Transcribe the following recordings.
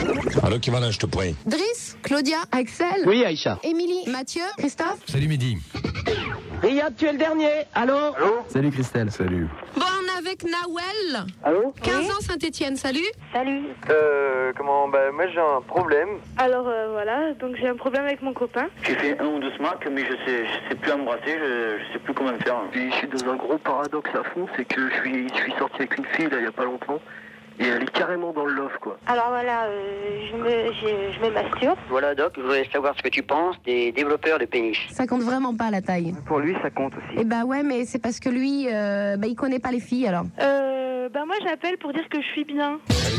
Alors qui va là, je te prie. Driss, Claudia, Axel. Oui, Aïcha. Émilie, Mathieu, Christophe. Salut Mehdi. Riyad, tu es le dernier. Allô? Salut Christelle. Salut. Bon, on est avec Nawel. Allô? 15 ans, Saint-Étienne, salut. Salut. Moi j'ai un problème. Alors voilà, donc j'ai un problème avec mon copain. J'ai fait 1 ou 2 smacks, mais je sais plus embrasser, je sais plus comment faire. Puis je suis dans un gros paradoxe à fond, c'est que je suis sorti avec une fille là il y a pas longtemps. Et elle est carrément dans le love, quoi. Alors voilà, je me masturbe. Voilà Doc, je voudrais savoir ce que tu penses des développeurs de péniche. Ça compte vraiment pas la taille. Pour lui, ça compte aussi. Eh bah ouais, mais c'est parce que lui, il connaît pas les filles alors. Moi j'appelle pour dire que je suis bien.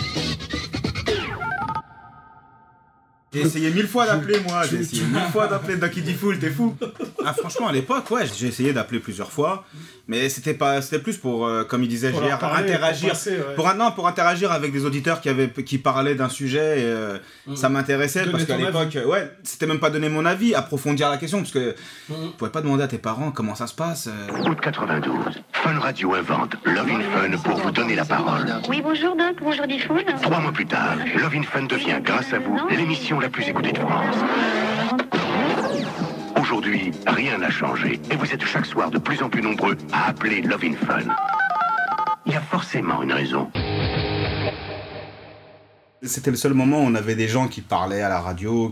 J'ai essayé 1000 fois d'appeler, moi. J'ai essayé 1000 fois d'appeler Ducky D-Fool, t'es fou. Ah, franchement, à l'époque, ouais, j'ai essayé d'appeler plusieurs fois. Mais c'était plus pour, comme il disait hier, interagir. Pour interagir avec des auditeurs qui parlaient d'un sujet. Et, ça m'intéressait parce qu'à l'époque, c'était même pas donner mon avis, approfondir la question. Parce que tu pouvais pas demander à tes parents comment ça se passe. Août 92, Fun Radio invente Love in Fun pour vous donner la parole. Oui, bonjour Doc, bonjour Diffoul. 3 mois plus tard, Love in Fun devient, grâce à vous, l'émission la plus écoutée de France. Aujourd'hui, rien n'a changé et vous êtes chaque soir de plus en plus nombreux à appeler Love in Fun. Il y a forcément une raison. C'était le seul moment où on avait des gens qui parlaient à la radio,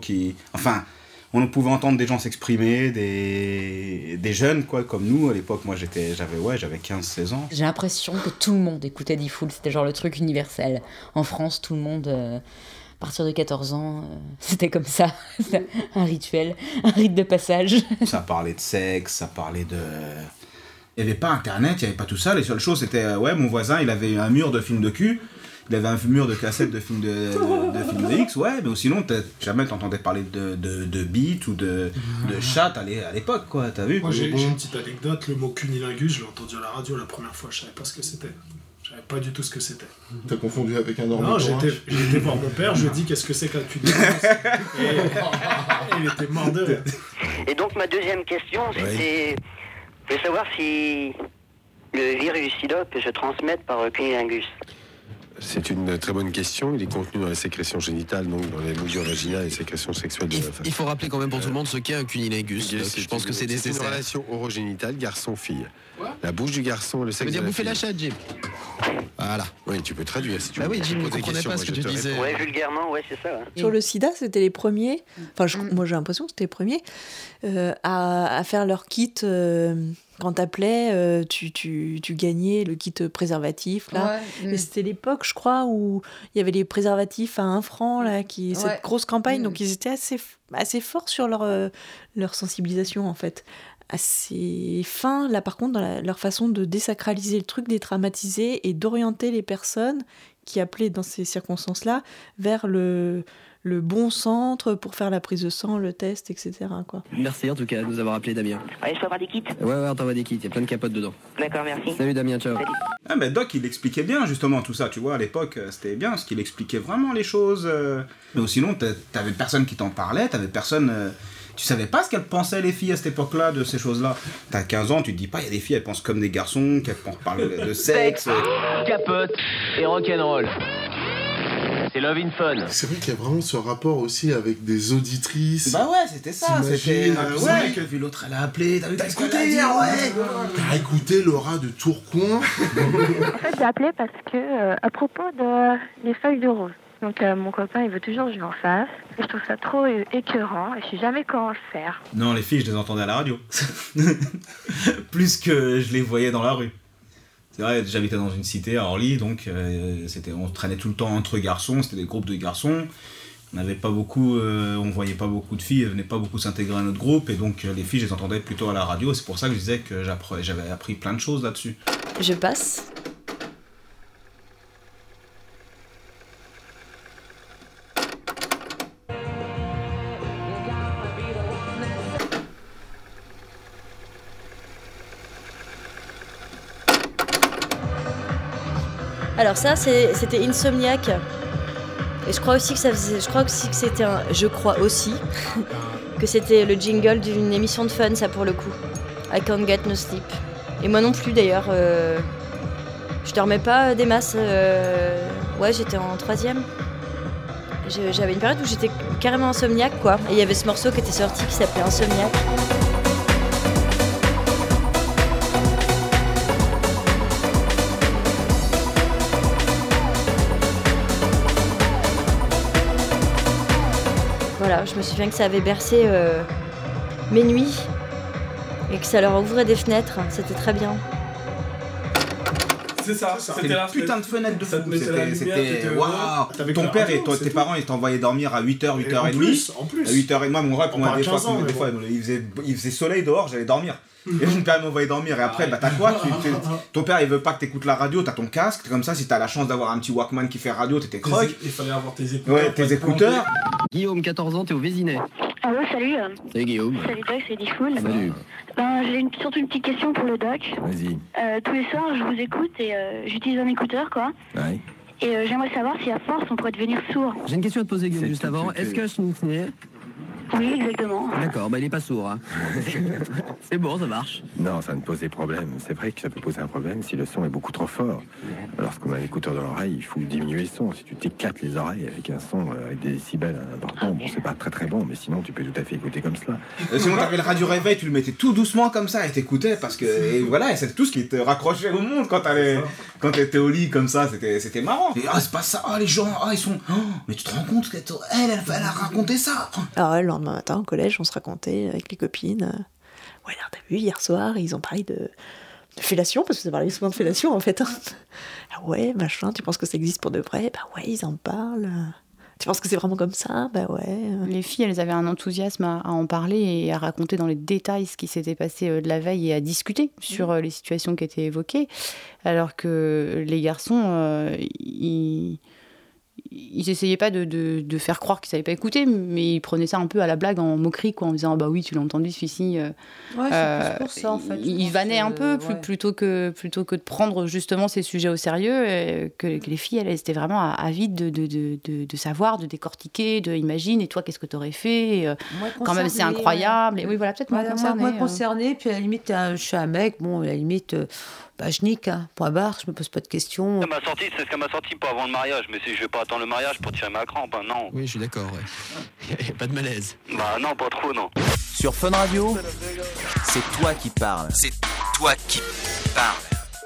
on pouvait entendre des gens s'exprimer, des jeunes, quoi, comme nous. À l'époque, moi, j'avais 15-16 ans. J'ai l'impression que tout le monde écoutait D-Fool. C'était genre le truc universel. En France, tout le monde, à partir de 14 ans, c'était comme ça. C'était un rituel, un rite de passage. Ça parlait de sexe, ça parlait de... Il n'y avait pas Internet, il n'y avait pas tout ça. Les seules choses, c'était... mon voisin, il avait un mur de films de cul. Il avait un mur de cassettes de films de X, mais sinon, jamais t'entendais parler de beat ou de chat à l'époque, quoi, t'as vu? Moi, j'ai une petite anecdote, le mot cunilingus, je l'ai entendu à la radio la première fois, je savais pas ce que c'était. Je savais pas du tout ce que c'était. T'as confondu avec un ornithorynque? Non, j'ai été voir mon père, je lui ai dit qu'est-ce que c'est qu'un cunilingus. Et il était mort de rire. Et donc, ma deuxième question, c'était... Je voulais savoir si le virus SIDA peut se transmettre par cunilingus. C'est une très bonne question. Il est contenu dans les sécrétions génitales, donc dans les mouillures vaginales et sécrétions sexuelles de la femme. Il faut rappeler quand même pour tout le monde ce qu'est un cunilingus. Je pense que c'est nécessaire. C'est une relation orogénitale garçon-fille. La bouche du garçon et le sexe Ça veut dire de la bouffer fille. la chatte, Jim. Voilà. Oui, tu peux traduire si tu veux. Bah oui, Jim ne comprenait pas ce que tu disais. Ouais, vulgairement, c'est ça. Hein. Sur le sida, c'était les premiers, moi j'ai l'impression que c'était les premiers, à faire leur kit. Quand t'appelais, tu gagnais le kit préservatif, là. Et c'était l'époque, je crois, où il y avait les préservatifs à 1 franc, là, cette grosse campagne. Donc ils étaient assez forts sur leur sensibilisation, en fait. Assez fins, là, par contre, dans leur façon de désacraliser le truc, détraumatiser et d'orienter les personnes qui appelaient dans ces circonstances-là vers le bon centre pour faire la prise de sang, le test, etc. quoi. Merci en tout cas de nous avoir appelé, Damien. Allez, je peux avoir des kits? Ouais, on t'envoie des kits, il y a plein de capotes dedans. D'accord, merci. Salut Damien, ciao. Salut. Ah, mais Doc, il expliquait bien, justement, tout ça, tu vois, à l'époque, c'était bien, parce qu'il expliquait vraiment les choses. Mais sinon, t'avais personne qui t'en parlait, t'avais personne... Tu savais pas ce qu'elles pensaient, les filles, à cette époque-là, de ces choses-là. T'as 15 ans, tu te dis pas, il y a des filles, elles pensent comme des garçons, qu'elles parlent de sexe. Capote et rock'n'roll. C'est Love in Fun. C'est vrai qu'il y a vraiment ce rapport aussi avec des auditrices. Bah ouais, c'était ça. C'était que vu l'autre, elle a appelé. T'as écouté hier, T'as écouté Laura de Tourcoing? En fait, j'ai appelé parce que, à propos de les feuilles de rose. Donc mon copain, il veut toujours que je lui en fasse. Et je trouve ça trop écœurant et je sais jamais comment faire. Non, les filles, je les entendais à la radio. Plus que je les voyais dans la rue. C'est vrai, j'habitais dans une cité à Orly, donc on traînait tout le temps entre garçons, c'était des groupes de garçons. On n'avait pas beaucoup, on voyait pas beaucoup de filles, elles venaient pas beaucoup s'intégrer à notre groupe, et donc les filles, je les entendais plutôt à la radio, et c'est pour ça que je disais que j'avais appris plein de choses là-dessus. Je passe. Alors ça, c'était Insomniac. Et je crois aussi que c'était le jingle d'une émission de fun, ça pour le coup. I Can't Get No Sleep. Et moi non plus d'ailleurs. Je dormais pas des masses. Ouais, j'étais en 3e. J'avais une période où j'étais carrément insomniaque, quoi. Et il y avait ce morceau qui était sorti qui s'appelait Insomniaque. Voilà, je me souviens que ça avait bercé mes nuits et que ça leur ouvrait des fenêtres. C'était très bien. C'est ça, c'était une putain de fenêtre de fou. C'était waouh. Ton père et tes parents, ils t'envoyaient dormir à 8h, 8h30. En plus. À 8h30, mon rêve, moi, des fois, il faisait soleil dehors, j'allais dormir. Et mon père m'envoyait dormir, et après, bah t'as quoi? Ton père, il veut pas que t'écoutes la radio, t'as ton casque, comme ça, si t'as la chance d'avoir un petit Walkman qui fait radio, t'étais croque. Il fallait avoir tes écouteurs. Ouais, tes écouteurs. Guillaume, 14 ans, t'es au Vésinet. Allô, salut. Salut Guillaume. Salut Doc, c'est Diffoul. Salut. J'ai surtout une petite question pour le Doc. Vas-y. Tous les soirs, je vous écoute et j'utilise un écouteur, quoi. Ouais. Et j'aimerais savoir si à force, on pourrait devenir sourd. J'ai une question à te poser, Guillaume, juste avant. Est-ce que Oui, exactement. D'accord, bah il est pas sourd, hein. C'est bon, ça marche. Non, ça ne pose des problèmes. C'est vrai que ça peut poser un problème si le son est beaucoup trop fort. Lorsqu'on a un écouteur dans l'oreille, il faut diminuer le son. Si tu t'éclates les oreilles avec un son avec des décibels importants, bon, c'est pas très très bon, mais sinon tu peux tout à fait écouter comme cela. Sinon t'avais le radio réveil, tu le mettais tout doucement comme ça et t'écoutais parce que et voilà, et c'est tout ce qui te raccrochait au monde quand t'étais au lit comme ça, c'était marrant. Et c'est pas ça, les gens, ils sont, mais tu te rends compte qu'elle a raconté ça. Alors le lendemain matin au collège, on se racontait avec les copines. Ouais, alors t'as vu, hier soir, ils ont parlé de fellation, parce que ça parlait souvent de fellation en fait. Ah ouais, machin, tu penses que ça existe pour de vrai? Bah ouais, ils en parlent. Tu penses que c'est vraiment comme ça? Bah ouais. Les filles, elles avaient un enthousiasme à en parler et à raconter dans les détails ce qui s'était passé de la veille et à discuter sur les situations qui étaient évoquées, alors que les garçons, ils essayaient pas de faire croire qu'ils savaient pas écouter, mais ils prenaient ça un peu à la blague, en moquerie, quoi, en disant ah bah oui, tu l'as entendu celui-ci. Ouais, c'est plus pour ça en fait. Ils vannaient un peu plutôt que de prendre justement ces sujets au sérieux, que les filles elles étaient vraiment avides de savoir, de décortiquer, de imagine, et toi qu'est-ce que t'aurais fait, quand même c'est incroyable. Et oui voilà, peut-être moins concernée, puis à la limite je suis un mec, bon à la limite je nique, hein, point barre, je me pose pas de questions. C'est ce qu'elle m'a sorti pas avant le mariage, mais si je vais pas attendre le mariage pour tirer ma crampe, non. Oui, je suis d'accord, ouais. Y a pas de malaise. Bah non, pas trop, non. Sur Fun Radio, c'est toi qui parles. C'est toi qui parles.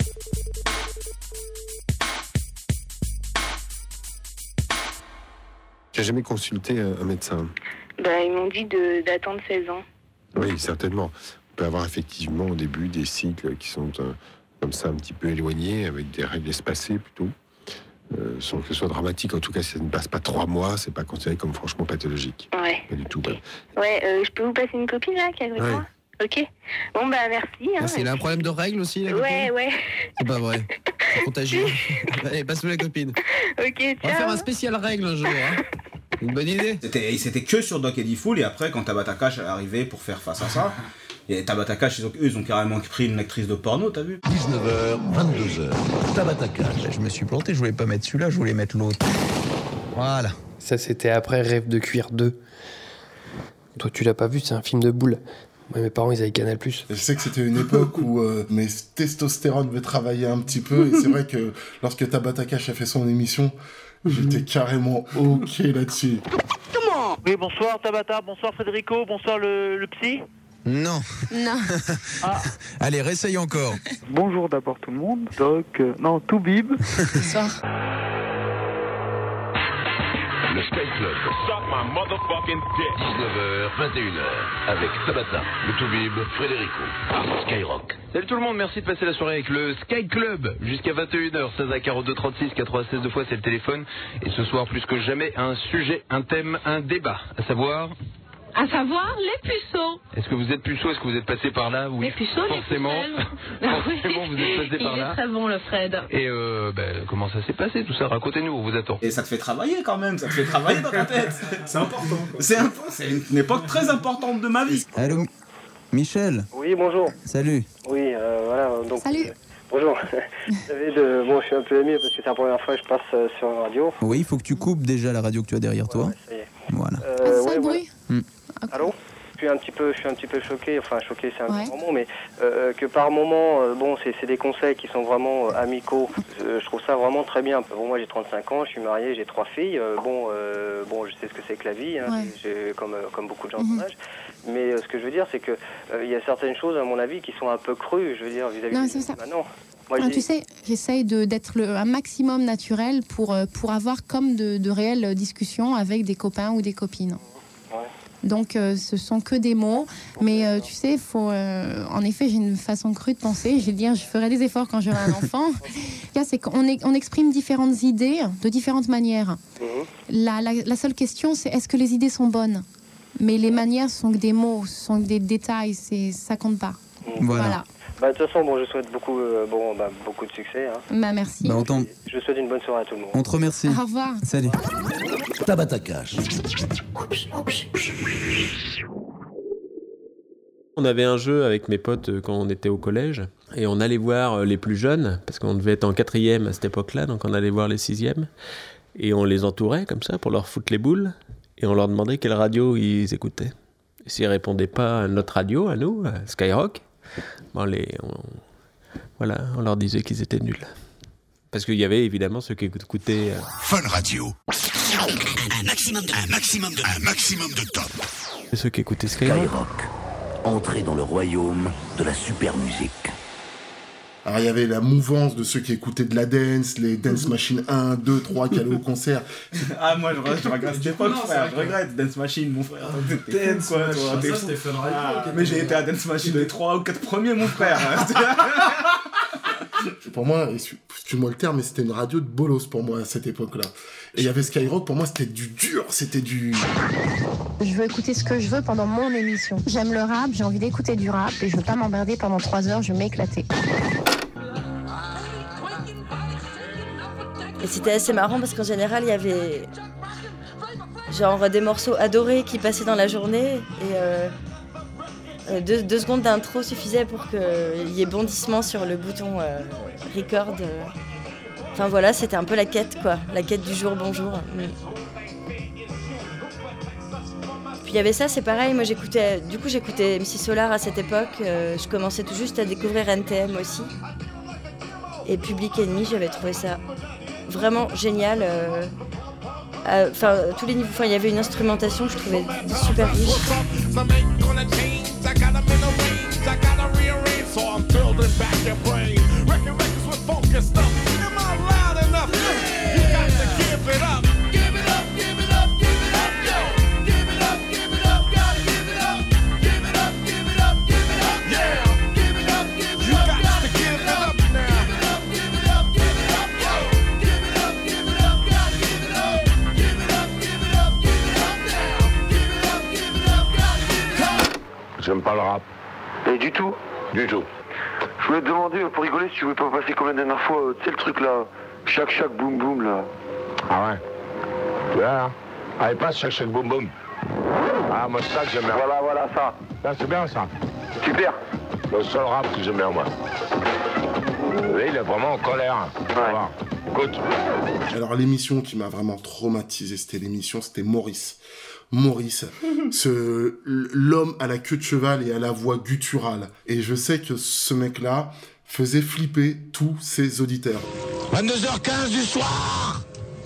Tu n'as jamais consulté un médecin? Ils m'ont dit d'attendre 16 ans. Oui, certainement. On peut avoir effectivement au début des cycles qui sont comme ça un petit peu éloignés, avec des règles espacées plutôt, sans que ce soit dramatique. En tout cas, si ça ne passe pas 3 mois, c'est pas considéré comme franchement pathologique. Ouais. Pas du tout. Okay. Je peux vous passer une copine là qui est avec moi? Ok. Bon merci. Merci. Elle a un problème de règles aussi, la copine? Ouais. C'est pas vrai. C'est contagieux. Allez, passe-nous la copine. Ok, ciao. On va faire un spécial règle un jour, hein. Une bonne idée. C'était que sur Doc et Diffoul, et après quand Tabata Cash est arrivé pour faire face à ça, et Tabata Cash, ils ont carrément pris une actrice de porno, t'as vu? 19h, 22h, Tabata Cash. Je me suis planté, je voulais pas mettre celui-là, je voulais mettre l'autre. Voilà. Ça c'était après Rêve de cuir 2. Toi tu l'as pas vu, c'est un film de boule. Moi, mes parents, ils avaient Canal+. Je sais que c'était une époque où mes testostérone devait travailler un petit peu, et c'est vrai que lorsque Tabata Cash a fait son émission, j'étais carrément OK là-dessus. Comment? Oui, bonsoir Tabata, bonsoir Federico, bonsoir le psy. Non. Allez, réessaye encore. Bonjour d'abord tout le monde. Doc, Toubib. Bonsoir. Le Sky Club. 19h, 21h. Avec Tabata, le Toubib, Federico. Skyrock. Salut tout le monde, merci de passer la soirée avec le Sky Club jusqu'à 21h, 16 à 42 36 96 2 fois c'est le téléphone. Et ce soir plus que jamais un sujet, un thème, un débat, à savoir les puceaux. Est-ce que vous êtes puceau? Est-ce que vous êtes passé par là? Oui, les puceaux, forcément. Forcément, vous êtes passé par là. Il est très bon le Fred. Et comment ça s'est passé tout ça? Racontez-nous, on vous attend. Et ça te fait travailler quand même, ça te fait travailler dans ta tête. C'est important. C'est une époque très importante de ma vie. Allô, Michel? Oui, bonjour. Salut. Oui, voilà, donc... Salut. Bonjour. Bon, je suis un peu ému parce que c'est la première fois que je passe sur la radio. Oui, il faut que tu coupes déjà la radio que tu as derrière toi. Ça y est. Voilà. Ça le bruit. Allô? Je suis un petit peu choqué, enfin choqué c'est un grand mot, mais que par moment, c'est des conseils qui sont vraiment amicaux. Je trouve ça vraiment très bien. Bon, moi j'ai 35 ans, je suis marié, j'ai 3 filles. Je sais ce que c'est que la vie, comme beaucoup de gens de mon âge. Mais ce que je veux dire, c'est que il y a certaines choses, à mon avis, qui sont un peu crues, je veux dire, vis-à-vis de maintenant. Moi, tu sais, j'essaye d'être un maximum naturel pour avoir comme de réelles discussions avec des copains ou des copines. Donc, ce sont que des mots. Mais tu sais, en effet, j'ai une façon crue de penser. Je vais dire, je ferai des efforts quand j'aurai un enfant. C'est qu'on exprime différentes idées de différentes manières. La seule question, c'est est-ce que les idées sont bonnes? Mais les manières sont que des mots, sont que des détails. Ça compte pas. Voilà. De toute façon, je souhaite beaucoup de succès. Merci. Je souhaite une bonne soirée à tout le monde. On te remercie. Au revoir. Salut. Tabata Cash. On avait un jeu avec mes potes quand on était au collège et on allait voir les plus jeunes parce qu'on devait être en 4e à cette époque-là, donc on allait voir les 6e et on les entourait comme ça pour leur foutre les boules et on leur demandait quelle radio ils écoutaient. Et s'ils répondaient pas à notre radio, à nous, à Skyrock, on leur disait qu'ils étaient nuls. Parce qu'il y avait évidemment ceux qui écoutaient Fun Radio. Un maximum de top. Et ceux qui écoutaient Skyrock. Entrez dans le royaume de la super musique. Alors il y avait la mouvance de ceux qui écoutaient de la dance, les Dance Machine 1, 2, 3 qui allaient au concert. Moi je regrette cette époque, frère. Je regrette Dance Machine, mon frère. Dance, quoi, toi. Ça, c'était Fun Radio. Mais j'ai été à Dance Machine les 3 ou 4 premiers, mon frère. Pour moi, excuse-moi le terme, mais c'était une radio de bolos pour moi à cette époque-là. Et il y avait Skyrock, pour moi c'était du dur, c'était du... Je veux écouter ce que je veux pendant mon émission. J'aime le rap, j'ai envie d'écouter du rap et je veux pas m'emmerder pendant 3 heures, je vais m'éclater. Et c'était assez marrant parce qu'en général, il y avait genre des morceaux adorés qui passaient dans la journée et 2 secondes d'intro suffisaient pour qu'il y ait bondissement sur le bouton record. Enfin voilà, c'était un peu la quête, quoi. La quête du jour, bonjour. Puis il y avait ça, c'est pareil, moi j'écoutais MC Solar à cette époque. Je commençais tout juste à découvrir NTM aussi. Et Public Enemy, j'avais trouvé ça vraiment génial. Tous les niveaux, il y avait une instrumentation que je trouvais super riche. J'aime pas le rap. Et du tout? Du tout. Je voulais te demander, pour rigoler, si tu voulais pas passer comme la dernière fois, tu sais le truc là, chac boum boum là. Ah ouais. Tu vois, hein. Allez, passe chac boum boum. Ah, moi ça que j'aime bien. Voilà, ça. Là, c'est bien ça. Super. Le seul rap que j'aime bien, moi. Oui, il est vraiment en colère. Ouais. Écoute. Alors l'émission qui m'a vraiment traumatisé, c'était Maurice. L'homme à la queue de cheval et à la voix gutturale. Et je sais que ce mec-là faisait flipper tous ses auditeurs. 22h15 du soir.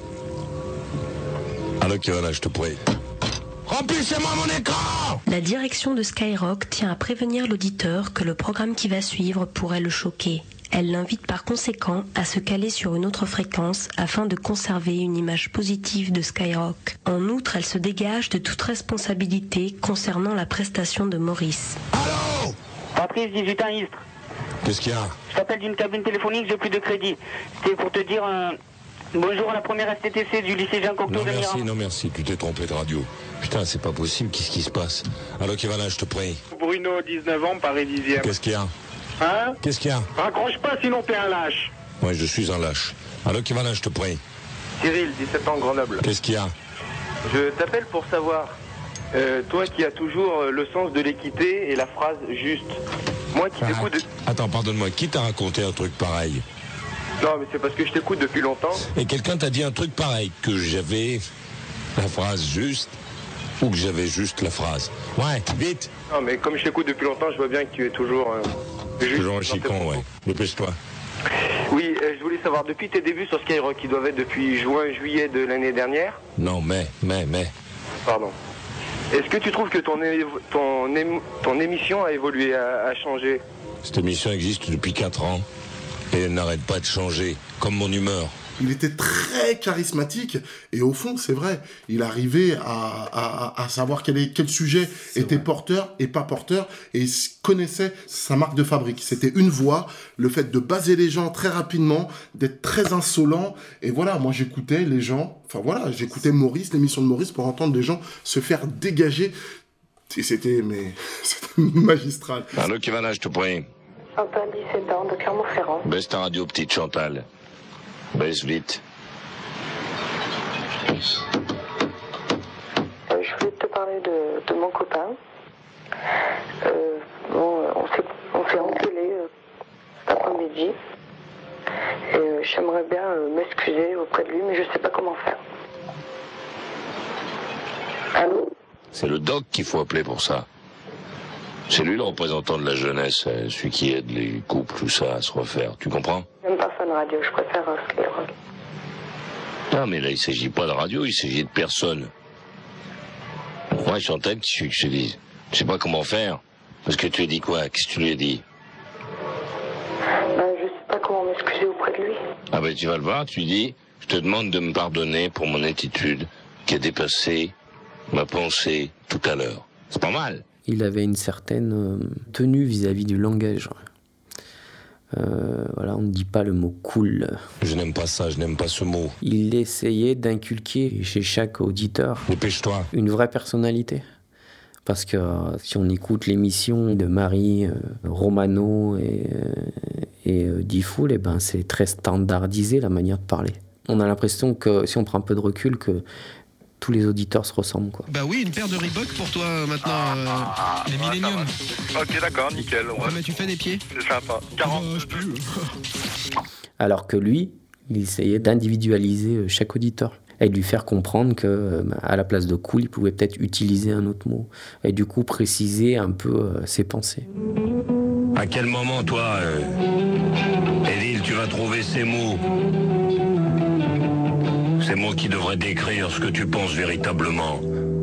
Alors là, je te prie. Remplissez-moi mon écran. La direction de Skyrock tient à prévenir l'auditeur que le programme qui va suivre pourrait le choquer. Elle l'invite par conséquent à se caler sur une autre fréquence afin de conserver une image positive de Skyrock. En outre, elle se dégage de toute responsabilité concernant la prestation de Maurice. Allô ? Patrice, 18 ans, Istres. Qu'est-ce qu'il y a ? Je t'appelle d'une cabine téléphonique, j'ai plus de crédit. C'était pour te dire bonjour à la première STTC du lycée Jean Cocteau de Miran. Non merci, tu t'es trompé de radio. Putain, c'est pas possible, qu'est-ce qui se passe ? Alors Kevin, je te prie. Bruno, 19 ans, Paris 10e. Qu'est-ce qu'il y a ? Hein ? Qu'est-ce qu'il y a ? Raccroche pas, sinon t'es un lâche. Ouais, je suis un lâche. Alors Kevin, je te prie. Cyril, 17 ans, Grenoble. Qu'est-ce qu'il y a ? Je t'appelle pour savoir, toi qui as toujours le sens de l'équité et la phrase juste. Moi qui t'écoute... Attends, pardonne-moi, qui t'a raconté un truc pareil ? Non, mais c'est parce que je t'écoute depuis longtemps. Et quelqu'un t'a dit un truc pareil, que j'avais la phrase juste. Ou que j'avais juste la phrase. Ouais, vite. Non, mais comme je t'écoute depuis longtemps, je vois bien que tu es toujours... Toujours un chicon, ouais. Dépêche-toi. Oui, je voulais savoir, depuis tes débuts sur Skyrock, qui doivent être depuis juin-juillet de l'année dernière... Non, mais... Pardon. Est-ce que tu trouves que ton émission a évolué, a changé? Cette émission existe depuis 4 ans. Et elle n'arrête pas de changer, comme mon humeur. Il était très charismatique et au fond, c'est vrai, il arrivait à savoir quel sujet était porteur et pas porteur et il connaissait sa marque de fabrique. C'était une voix, le fait de baser les gens très rapidement, d'être très insolent et voilà, moi j'écoutais les gens, j'écoutais Maurice, l'émission de Maurice pour entendre les gens se faire dégager et c'était magistral. Allô, qui va là, je te prie. Antoine, 17 ans, de Clermont-Ferrand. Baisse ta radio, petite Chantal. Baisse vite. Je voulais te parler de mon copain. On s'est engueulé cet après-midi. Et j'aimerais bien m'excuser auprès de lui, mais je sais pas comment faire. Allô? C'est le doc qu'il faut appeler pour ça. C'est lui le représentant de la jeunesse, celui qui aide les couples, tout ça, à se refaire. Tu comprends? J'aime pas Fun Radio, je préfère Skyrock. Non, mais là, il s'agit pas de radio, il s'agit de personne. Ouais, Chantal, qu'est-ce que je te dis? Je sais pas comment faire. Parce que tu as dit quoi? Qu'est-ce que tu lui as dit? Je sais pas comment m'excuser auprès de lui. Ah ben, tu vas le voir, tu lui dis, je te demande de me pardonner pour mon attitude qui a dépassé ma pensée tout à l'heure. C'est pas mal. Il avait une certaine tenue vis-à-vis du langage. On ne dit pas le mot cool. Je n'aime pas ça, je n'aime pas ce mot. Il essayait d'inculquer chez chaque auditeur Dépêche-toi. Une vraie personnalité. Parce que si on écoute l'émission de Marie, Romano et Diffoul, c'est très standardisé la manière de parler. On a l'impression que si on prend un peu de recul, que tous les auditeurs se ressemblent, quoi. Bah oui, une paire de Reebok pour toi maintenant, les Millennium. Ok, d'accord, nickel. Ouais. Mais tu fais des pieds? C'est sympa. 40. Alors que lui, il essayait d'individualiser chaque auditeur et de lui faire comprendre que à la place de cool, il pouvait peut-être utiliser un autre mot et du coup préciser un peu ses pensées. À quel moment, toi, Edil, tu vas trouver ces mots? Ces mots qui devraient décrire ce que tu penses véritablement.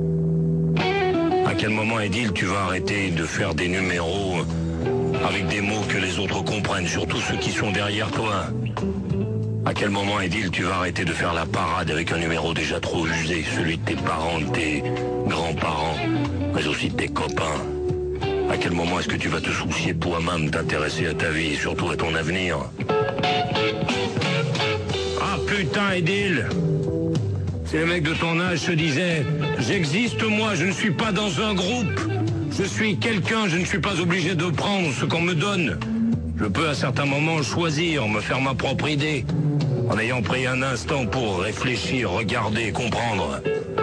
À quel moment, Edil, tu vas arrêter de faire des numéros avec des mots que les autres comprennent, surtout ceux qui sont derrière toi? À quel moment, Edil, tu vas arrêter de faire la parade avec un numéro déjà trop usé, celui de tes parents, de tes grands-parents, mais aussi de tes copains? À quel moment est-ce que tu vas te soucier de toi-même, t'intéresser à ta vie et surtout à ton avenir? Ah putain, Edil! Si les mecs de ton âge se disaient « J'existe moi, je ne suis pas dans un groupe. Je suis quelqu'un, je ne suis pas obligé de prendre ce qu'on me donne. Je peux à certains moments choisir, me faire ma propre idée, en ayant pris un instant pour réfléchir, regarder, comprendre. »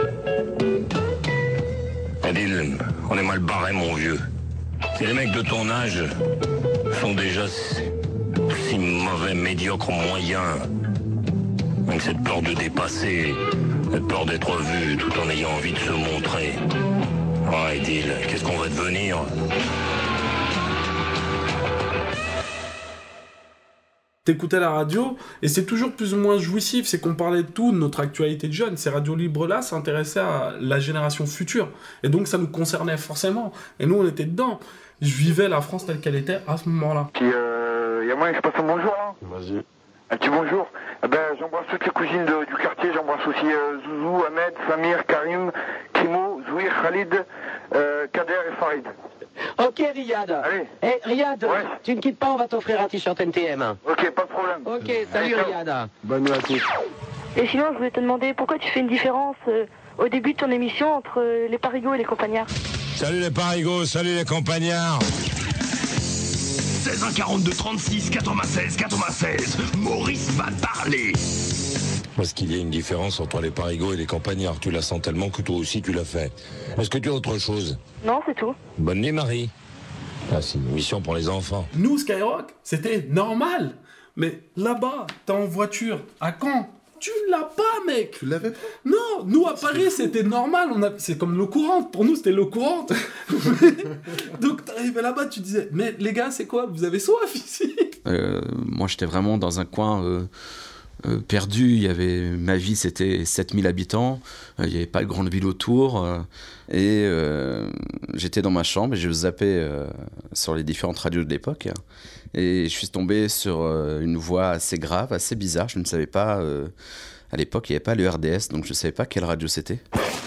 Edil, on est mal barré, mon vieux. Si les mecs de ton âge sont déjà si mauvais, médiocres, moyens, avec cette peur de dépasser, cette peur d'être vu tout en ayant envie de se montrer. Oh, Edil, qu'est-ce qu'on va devenir? T'écoutais la radio, et c'est toujours plus ou moins jouissif, c'est qu'on parlait de tout, de notre actualité de jeunes. Ces radios libres-là s'intéressaient à la génération future, et donc ça nous concernait forcément. Et nous, on était dedans. Je vivais la France telle qu'elle était à ce moment-là. Puis, y a moyen que je passe un bonjour, là? Vas-y. Un petit bonjour. J'embrasse toutes les cousines du quartier, j'embrasse aussi Zouzou, Ahmed, Samir, Karim, Kimo, Zouir, Khalid, Kader et Farid. Ok, Riyad. Allez. Riyad, ouais. Tu ne quittes pas, on va t'offrir un t-shirt NTM. Ok, pas de problème. Ok, salut Riyad. Bonne nuit à tous. Et sinon, je voulais te demander pourquoi tu fais une différence au début de ton émission entre les parigots et les campagnards. Salut les parigots, salut les campagnards. 16 1 42 36 96, Maurice va parler. Parce qu'il y a une différence entre les parigots et les campagnards. Tu la sens tellement que toi aussi tu l'as fait. Est-ce que tu as autre chose? Non, c'est tout. Bonne nuit, Marie. Ah, c'est une émission pour les enfants. Nous, Skyrock, c'était normal. Mais là-bas, t'es en voiture, à Caen, Tu l'as pas, mec. Tu l'avais pas? Non, nous à Paris c'était normal, c'est comme l'eau courante, pour nous c'était l'eau courante. Donc t'arrivais là-bas, tu disais, mais les gars c'est quoi, vous avez soif ici? Moi j'étais vraiment dans un coin perdu, ma vie c'était 7000 habitants, il n'y avait pas de grande ville autour, et j'étais dans ma chambre et je zappais sur les différentes radios de l'époque, et je suis tombé sur une voix assez grave, assez bizarre, je ne savais pas, à l'époque il n'y avait pas le RDS, donc je ne savais pas quelle radio c'était.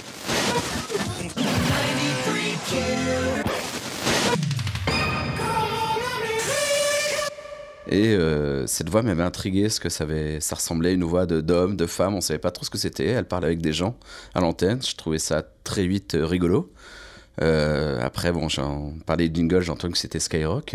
Et cette voix m'avait intrigué, parce que ça ressemblait à une voix d'homme, de femme, on ne savait pas trop ce que c'était. Elle parlait avec des gens à l'antenne, je trouvais ça très vite rigolo. Après, bon, j'en parlais de jingle, j'ai entendu que c'était Skyrock.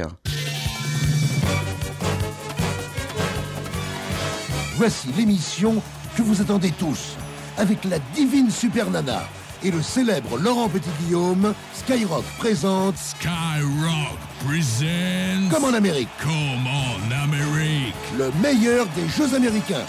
Voici l'émission que vous attendez tous, avec la divine Super Nana et le célèbre Laurent Petit-Guillaume. Skyrock présente... Skyrock presents... Comme en Amérique. Comme en Amérique. Le meilleur des jeux américains.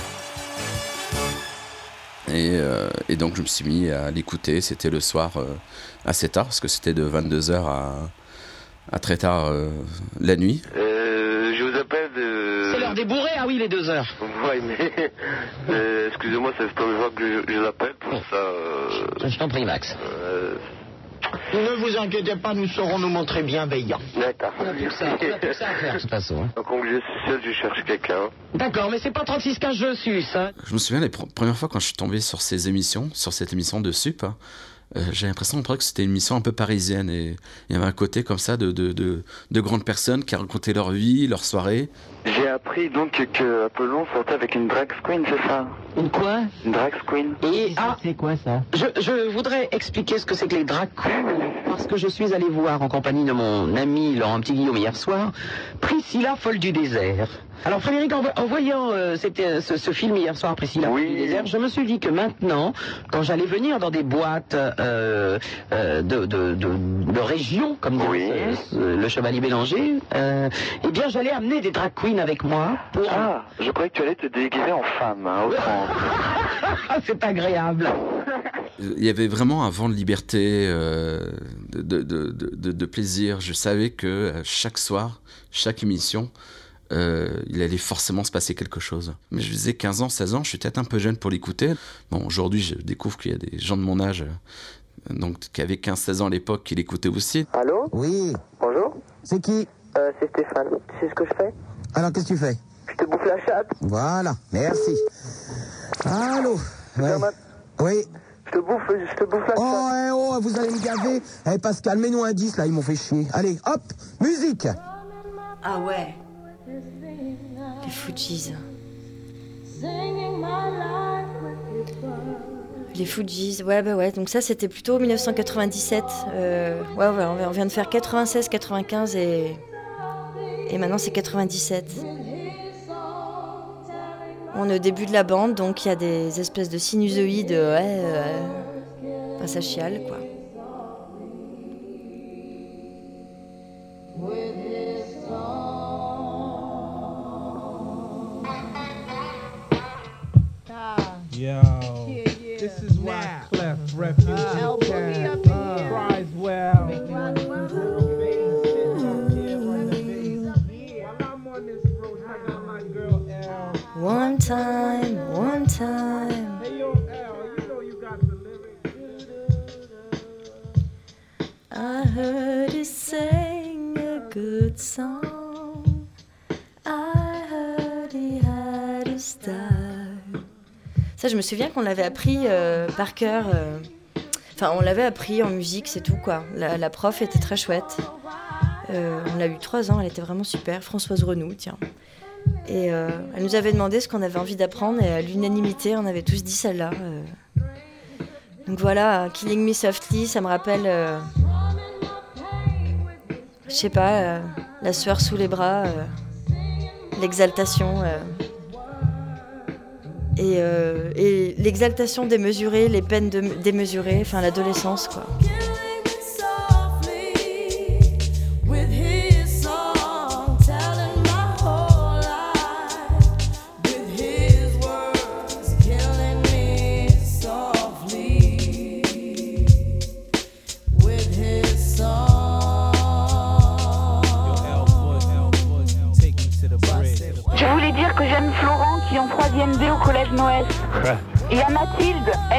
Et donc je me suis mis à l'écouter, c'était le soir assez tard, parce que c'était de 22h à très tard la nuit. Je vous appelle de... C'est l'heure des bourrés, ah oui, les 2h. Ouais, mais... excusez-moi, c'est la première fois que je l'appelle pour ça... Je t'en prie, Max. Ne vous inquiétez pas, nous saurons nous montrer bienveillants. D'accord. On a tout ça à faire, de toute façon. Hein. Donc, je suis seul, je cherche quelqu'un. D'accord, mais c'est pas 3615 je suis, ça. Je me souviens les premières fois quand je suis tombé sur cette émission de Sup, j'ai l'impression que c'était une émission un peu parisienne, et il y avait un côté comme ça de grandes personnes qui racontaient leur vie, leur soirée. J'ai appris donc que Apollon sortait avec une drag queen, c'est ça? Une quoi? Une drag queen. Et c'est quoi ça? Je voudrais expliquer ce que c'est que les drag queens, parce que je suis allé voir en compagnie de mon ami Laurent Petit-Guillaume hier soir Priscilla folle du désert. Alors Frédéric, en voyant ce film hier soir, Priscilla folle du désert, je me suis dit que maintenant, quand j'allais venir dans des boîtes de région, comme le Chevalier Bélanger, eh bien j'allais amener des drag queens avec moi pour... Ah, je croyais que tu allais te déguiser en femme, hein, c'est agréable. Il y avait vraiment un vent de liberté, de plaisir. Je savais que chaque soir, chaque émission, il allait forcément se passer quelque chose. Mais je disais 15 ans, 16 ans, je suis peut-être un peu jeune pour l'écouter. Bon, aujourd'hui, je découvre qu'il y a des gens de mon âge, donc, qui avaient 15-16 ans à l'époque, qui l'écoutaient aussi. Allô? Oui. Bonjour. C'est qui? C'est Stéphane. Tu sais ce que je fais? Alors, qu'est-ce que tu fais? Je te bouffe la chatte. Voilà, merci. Allô? Ouais. Oui. Je te bouffe la chatte. Oh, vous allez me gaver. Eh, Pascal, mets-nous un 10, là, ils m'ont fait chier. Allez, hop, musique. Ah ouais. Les Fujis. Les Fujis, ouais, donc ça c'était plutôt 1997. On vient de faire 96, 95 et maintenant c'est 97. On est au début de la bande, donc il y a des espèces de sinusoïdes, ça chiale quoi. Yo, this is why Clef Refuge cries well. One time. Hey yo, L, you know you got the lyrics. I heard you sing a good song. I heard he had a style. Ça, je me souviens qu'on l'avait appris par cœur. Enfin, on l'avait appris en musique, c'est tout, quoi. La prof était très chouette. On l'a eu 3 ans, elle était vraiment super. Françoise Renou, tiens. Et elle nous avait demandé ce qu'on avait envie d'apprendre, et à l'unanimité, on avait tous dit celle-là. Donc voilà, Killing Me Softly, ça me rappelle... je sais pas, la sueur sous les bras, l'exaltation... Et l'exaltation démesurée, les peines démesurées, enfin l'adolescence quoi.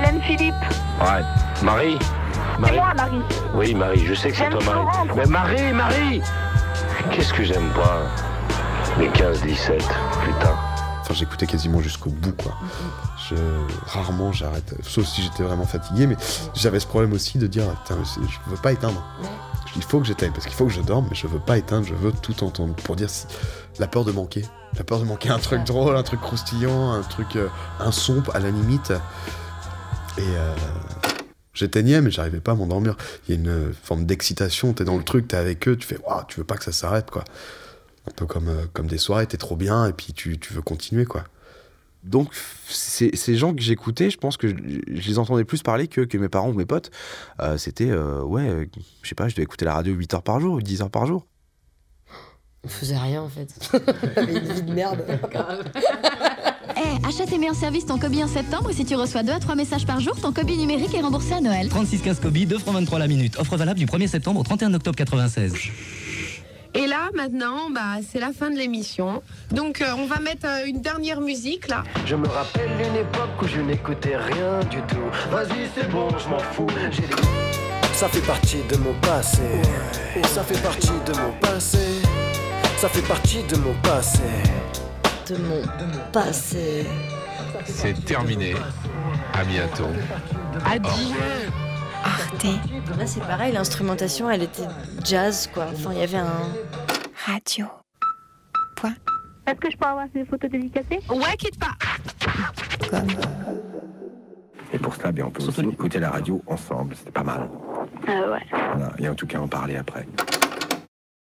Hélène Philippe. Ouais. Marie? C'est moi, Marie. Oui, Marie, je sais que c'est toi, Marie. Mais Marie! Qu'est-ce que j'aime pas? Les 15-17, putain. Enfin, j'écoutais quasiment jusqu'au bout, quoi. Rarement j'arrête, sauf si j'étais vraiment fatigué, mais j'avais ce problème aussi de dire, putain, je veux pas éteindre. Il faut que j'éteigne, parce qu'il faut que je dorme, mais je veux pas éteindre, je veux tout entendre. Pour dire la peur de manquer un truc drôle, un truc croustillant, un truc, un son à la limite. Et j'éteignais, mais j'arrivais pas à m'endormir. Il y a une forme d'excitation, t'es dans le truc, t'es avec eux, tu fais, waouh, tu veux pas que ça s'arrête, quoi. Un peu comme des soirées, t'es trop bien, et puis tu veux continuer, quoi. Donc, ces gens que j'écoutais, je pense que je les entendais plus parler que mes parents ou mes potes. C'était, je sais pas, je devais écouter la radio 8 heures par jour ou 10 heures par jour. On faisait rien, en fait. On avait une vie de merde. Achète tes meilleurs services ton Kobi en septembre et si tu reçois 2 à 3 messages par jour, ton Kobi numérique est remboursé à Noël. 3615 Kobi, 2 francs 23 la minute. Offre valable du 1er septembre au 31 octobre 96. Et là, maintenant, c'est la fin de l'émission. Donc, on va mettre une dernière musique, là. Je me rappelle une époque où je n'écoutais rien du tout. Vas-y, c'est bon, je m'en fous. Ça fait partie de mon passé. Ouais. Ça fait partie de mon passé. Ça fait partie de mon passé. De mon passé. C'est terminé. À bientôt. Adieu. Arte. Là, c'est pareil, l'instrumentation, elle était jazz, quoi. Enfin, il y avait un... Radio. Point. Est-ce que je peux avoir ces photos dédicacées? Ouais, quitte pas. Comme... Et pour cela, on peut aussi écouter la radio ensemble, c'était pas mal. Ouais. Voilà. Et en tout cas, en parler après.